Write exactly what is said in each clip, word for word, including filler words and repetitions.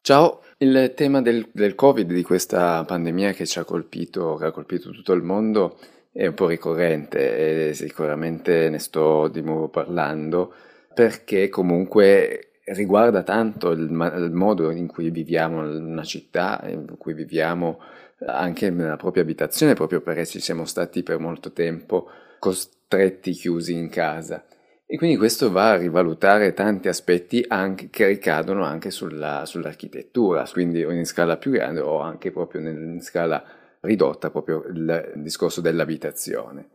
Ciao, il tema del, del Covid, di questa pandemia che ci ha colpito, che ha colpito tutto il mondo, è un po' ricorrente e sicuramente ne sto di nuovo parlando perché comunque riguarda tanto il, ma- il modo in cui viviamo in una città, in cui viviamo anche nella propria abitazione, proprio perché ci siamo stati per molto tempo costretti chiusi in casa. E quindi questo va a rivalutare tanti aspetti anche, che ricadono anche sulla- sull'architettura, quindi o in scala più grande o anche proprio nel- in scala ridotta, proprio il, il discorso dell'abitazione.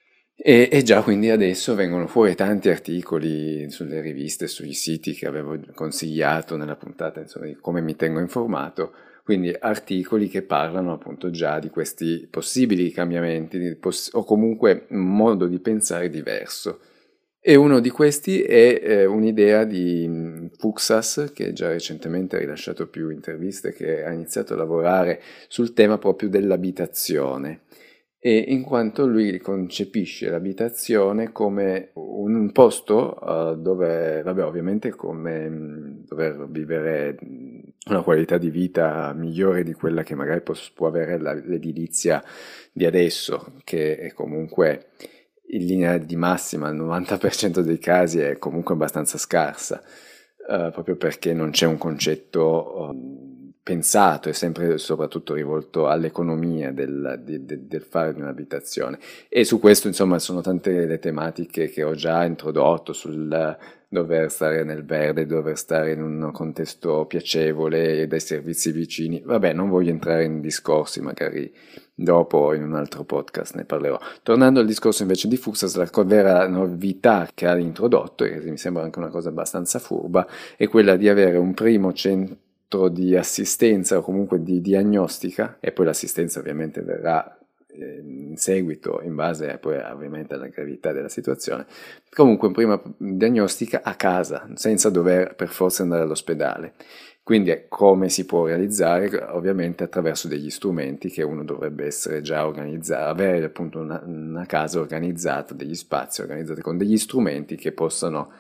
E, e già quindi adesso vengono fuori tanti articoli sulle riviste, sui siti che avevo consigliato nella puntata, insomma, di come mi tengo informato, quindi articoli che parlano appunto già di questi possibili cambiamenti di poss- o comunque un modo di pensare diverso. E uno di questi è eh, un'idea di mh, Fuxas, che già recentemente ha rilasciato più interviste, che ha iniziato a lavorare sul tema proprio dell'abitazione. E in quanto lui concepisce l'abitazione come un posto eh, dove, vabbè, ovviamente come mh, dover vivere mh, una qualità di vita migliore di quella che magari pos- può avere la- l'edilizia di adesso, che è comunque in linea di massima, al novanta per cento dei casi è comunque abbastanza scarsa, eh, proprio perché non c'è un concetto um, pensato e sempre e soprattutto rivolto all'economia del, di- de- del fare di un'abitazione. E su questo, insomma, sono tante le tematiche che ho già introdotto sul dover stare nel verde, dover stare in un contesto piacevole e dai servizi vicini. Vabbè, non voglio entrare in discorsi, magari dopo in un altro podcast ne parlerò. Tornando al discorso invece di Fuxas, la vera novità che ha introdotto, e che mi sembra anche una cosa abbastanza furba, è quella di avere un primo centro di assistenza o comunque di diagnostica, e poi l'assistenza ovviamente verrà eh, in seguito, in base poi ovviamente alla gravità della situazione, comunque in prima diagnostica a casa, senza dover per forza andare all'ospedale. Quindi è come si può realizzare? Ovviamente attraverso degli strumenti che uno dovrebbe essere già organizzato, avere appunto una, una casa organizzata, degli spazi organizzati con degli strumenti che possano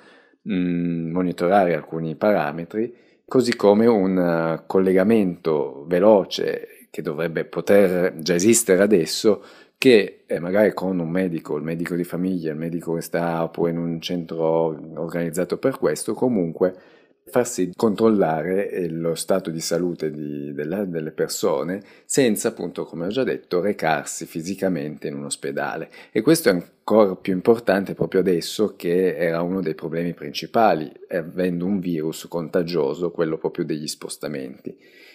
mh, monitorare alcuni parametri, così come un uh, collegamento veloce che dovrebbe poter già esistere adesso, che eh, magari con un medico, il medico di famiglia, il medico che sta oppure in un centro organizzato per questo, comunque farsi controllare eh, lo stato di salute di- della- delle persone senza, appunto, come ho già detto, recarsi fisicamente in un ospedale. E questo è ancora più importante proprio adesso, che era uno dei problemi principali, avendo un virus contagioso, quello proprio degli spostamenti.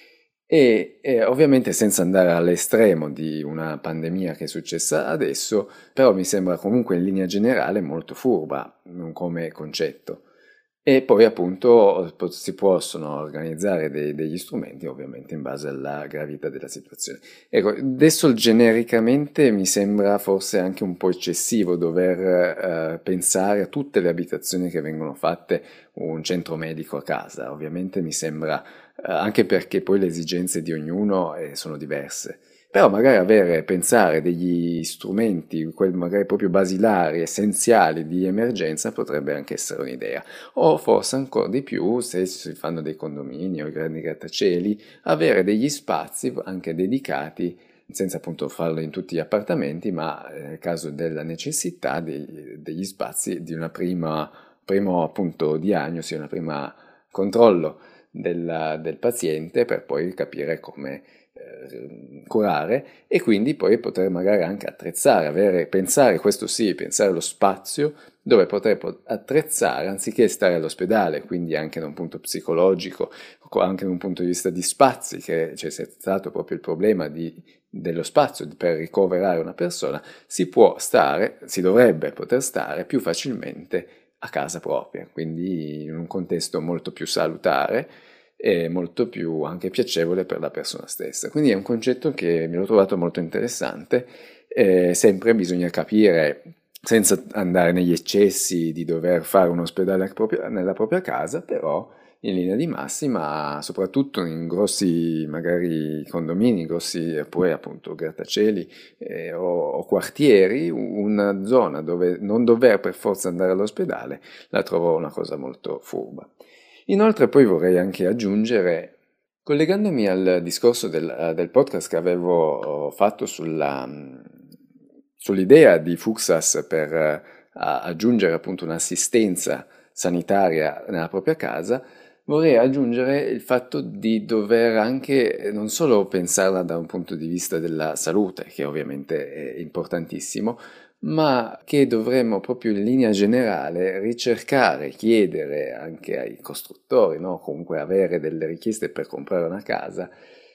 E eh, ovviamente senza andare all'estremo di una pandemia che è successa adesso, però mi sembra comunque in linea generale molto furba mm, come concetto. E poi appunto po- si possono organizzare dei- degli strumenti ovviamente in base alla gravità della situazione. Ecco, adesso genericamente mi sembra forse anche un po' eccessivo dover eh, pensare a tutte le abitazioni che vengono fatte un centro medico a casa. Ovviamente mi sembra, eh, anche perché poi le esigenze di ognuno eh, sono diverse. Però magari avere, pensare degli strumenti, quelli magari proprio basilari, essenziali di emergenza potrebbe anche essere un'idea. O forse ancora di più, se si fanno dei condomini o grandi grattacieli, avere degli spazi anche dedicati, senza appunto farlo in tutti gli appartamenti, ma eh, nel caso della necessità dei- degli spazi di una prima, primo appunto diagnosi, una prima controllo della- del paziente per poi capire come eh, curare e quindi poi poter magari anche attrezzare, avere, pensare, questo sì, pensare allo spazio dove poter po- attrezzare anziché stare all'ospedale, quindi anche da un punto psicologico, o anche da un punto di vista di spazi, che c'è stato proprio il problema di, dello spazio per ricoverare una persona, si può stare, si dovrebbe poter stare più facilmente a casa propria, quindi in un contesto molto più salutare e molto più anche piacevole per la persona stessa. Quindi è un concetto che mi ho trovato molto interessante. Eh, sempre bisogna capire, senza andare negli eccessi di dover fare un ospedale proprio- nella propria casa, però in linea di massima, soprattutto in grossi magari condomini, grossi oppure appunto grattacieli eh, o, o quartieri, una zona dove non dover per forza andare all'ospedale, la trovo una cosa molto furba. Inoltre poi vorrei anche aggiungere Collegandomi al discorso del, del podcast che avevo fatto sulla, sull'idea di Fuxas per eh, aggiungere appunto un'assistenza sanitaria nella propria casa, vorrei aggiungere il fatto di dover anche non solo pensarla da un punto di vista della salute, che ovviamente è importantissimo, ma che dovremmo proprio in linea generale ricercare, chiedere anche ai costruttori, no? Comunque avere delle richieste per comprare una casa,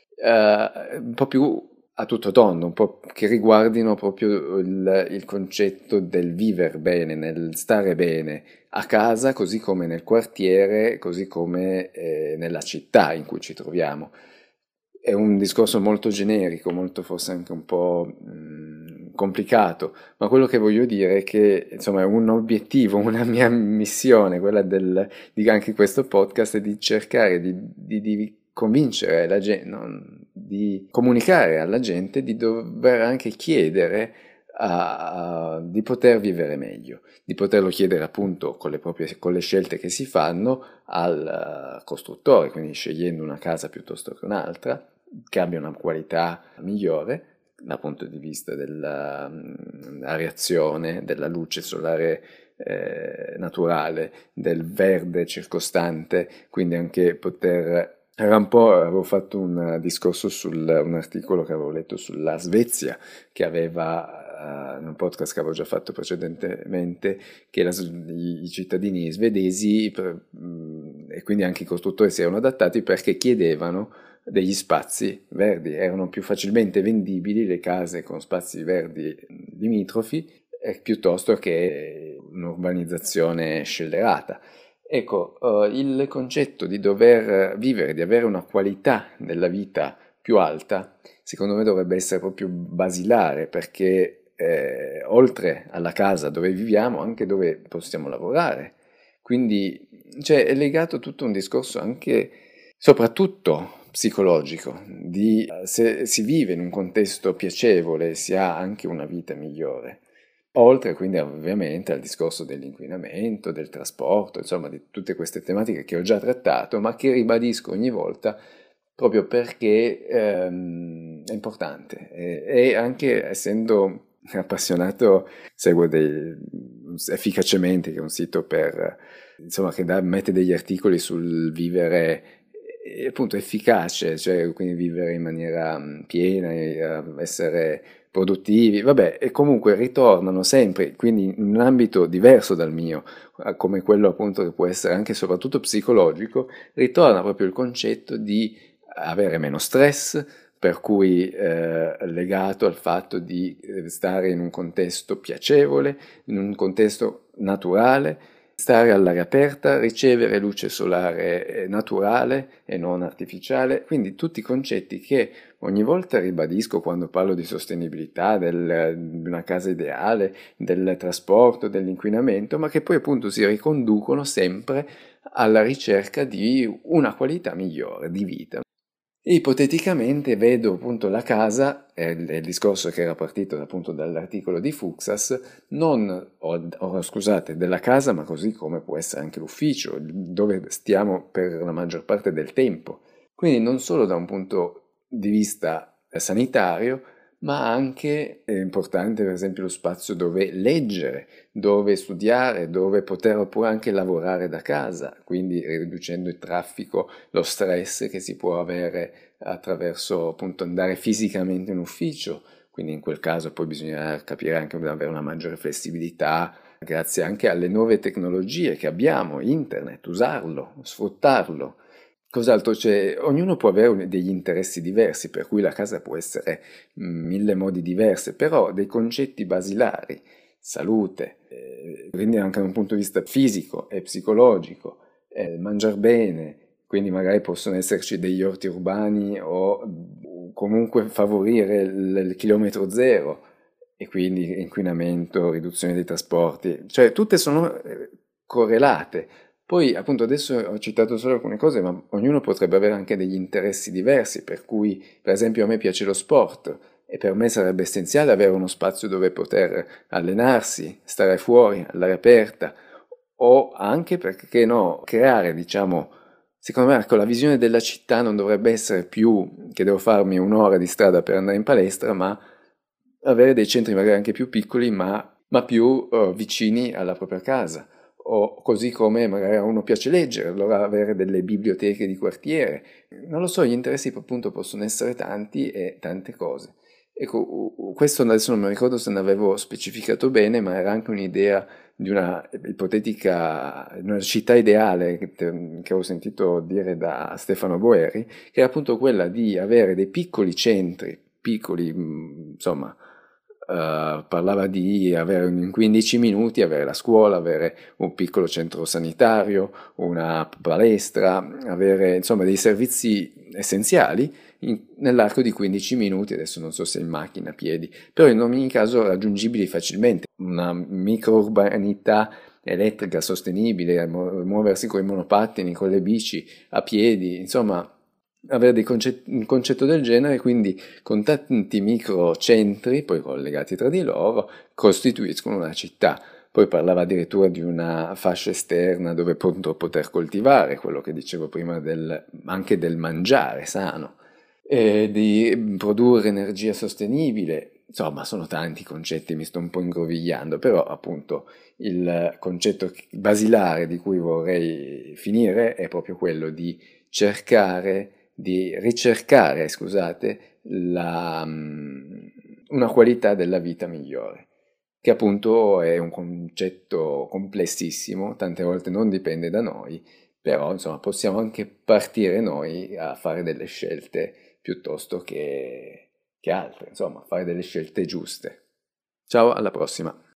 eh, un po' più a tutto tondo, un po' che riguardino proprio il, il concetto del vivere bene, nel stare bene a casa, così come nel quartiere, così come eh, nella città in cui ci troviamo. È un discorso molto generico, molto forse anche un po' mh, complicato, ma quello che voglio dire è che insomma è un obiettivo, una mia missione, quella del, di anche questo podcast, è di cercare di, di, di convincere la gente, no, di comunicare alla gente di dover anche chiedere a, a, di poter vivere meglio, di poterlo chiedere appunto con le proprie, con le scelte che si fanno al uh, costruttore, quindi scegliendo una casa piuttosto che un'altra, che abbia una qualità migliore dal punto di vista della um, reazione, della luce solare eh, naturale, del verde circostante, quindi anche poter... Era un po', avevo fatto un discorso su un articolo che avevo letto sulla Svezia, che aveva, uh, in un podcast che avevo già fatto precedentemente, che la, i, i cittadini svedesi per, mh, e quindi anche i costruttori si erano adattati perché chiedevano degli spazi verdi, erano più facilmente vendibili le case con spazi verdi limitrofi eh, piuttosto che un'urbanizzazione scellerata. Ecco, uh, il concetto di dover vivere, di avere una qualità della vita più alta, secondo me dovrebbe essere proprio basilare, perché eh, oltre alla casa dove viviamo, anche dove possiamo lavorare. Quindi cioè, è legato tutto a un discorso anche, soprattutto psicologico, di se si vive in un contesto piacevole, si ha anche una vita migliore. Oltre quindi ovviamente al discorso dell'inquinamento, del trasporto, insomma di tutte queste tematiche che ho già trattato, ma che ribadisco ogni volta proprio perché ehm, è importante e, e anche essendo appassionato seguo dei, efficacemente, che è un sito per, insomma, che dà, mette degli articoli sul vivere eh, appunto efficace, cioè quindi vivere in maniera piena, e essere produttivi, vabbè, e comunque ritornano sempre, quindi in un ambito diverso dal mio, come quello appunto che può essere anche soprattutto psicologico, ritorna proprio il concetto di avere meno stress, per cui eh, legato al fatto di stare in un contesto piacevole, in un contesto naturale, stare all'aria aperta, ricevere luce solare naturale e non artificiale, quindi tutti concetti che ogni volta ribadisco quando parlo di sostenibilità, del, di una casa ideale, del trasporto, dell'inquinamento, ma che poi appunto si riconducono sempre alla ricerca di una qualità migliore di vita. Ipoteticamente vedo appunto la casa, è il discorso che era partito appunto dall'articolo di Fuxas, non, o, o, scusate, della casa, ma così come può essere anche l'ufficio, dove stiamo per la maggior parte del tempo. Quindi non solo da un punto di vista sanitario, ma anche è importante per esempio lo spazio dove leggere, dove studiare, dove poter oppure anche lavorare da casa, quindi riducendo il traffico, lo stress che si può avere attraverso appunto andare fisicamente in ufficio, quindi in quel caso poi bisogna capire anche di avere una maggiore flessibilità grazie anche alle nuove tecnologie che abbiamo, internet, usarlo, sfruttarlo. Cos'altro c'è? Ognuno può avere degli interessi diversi, per cui la casa può essere in mille modi diversi, però dei concetti basilari, salute, eh, quindi anche da un punto di vista fisico e psicologico, eh, mangiare bene, quindi magari possono esserci degli orti urbani o comunque favorire il, il chilometro zero e quindi inquinamento, riduzione dei trasporti, cioè tutte sono eh, correlate. Poi appunto adesso ho citato solo alcune cose, ma ognuno potrebbe avere anche degli interessi diversi, per cui per esempio a me piace lo sport e per me sarebbe essenziale avere uno spazio dove poter allenarsi, stare fuori, all'aria aperta o anche, perché no, creare diciamo Secondo me, ecco, la visione della città non dovrebbe essere più che devo farmi un'ora di strada per andare in palestra, ma avere dei centri magari anche più piccoli, ma, ma più eh, vicini alla propria casa. O così come magari a uno piace leggere, allora avere delle biblioteche di quartiere. Non lo so, gli interessi appunto possono essere tanti e tante cose. Ecco, u- u- questo adesso non mi ricordo se ne avevo specificato bene, ma era anche un'idea di una ipotetica, di una città ideale che, te- che ho sentito dire da Stefano Boeri, che era appunto quella di avere dei piccoli centri, piccoli, mh, insomma, eh, parlava di avere in quindici minuti, avere la scuola, avere un piccolo centro sanitario, una palestra, avere insomma dei servizi essenziali in- nell'arco di quindici minuti, adesso non so se in macchina, a piedi, però in ogni caso raggiungibili facilmente, una microurbanità elettrica sostenibile, mu- muoversi con i monopattini, con le bici, a piedi, insomma, avere dei concet- un concetto del genere, quindi con tanti microcentri, poi collegati tra di loro, costituiscono una città. Poi parlava addirittura di una fascia esterna dove appunto poter coltivare, quello che dicevo prima del, anche del mangiare sano, e di produrre energia sostenibile. Insomma, sono tanti concetti, mi sto un po' ingrovigliando, però appunto il concetto basilare di cui vorrei finire è proprio quello di cercare, di ricercare, scusate, la, mm, una qualità della vita migliore, che appunto è un concetto complessissimo, tante volte non dipende da noi, però insomma possiamo anche partire noi a fare delle scelte piuttosto che, che altre, insomma, fare delle scelte giuste. Ciao, alla prossima!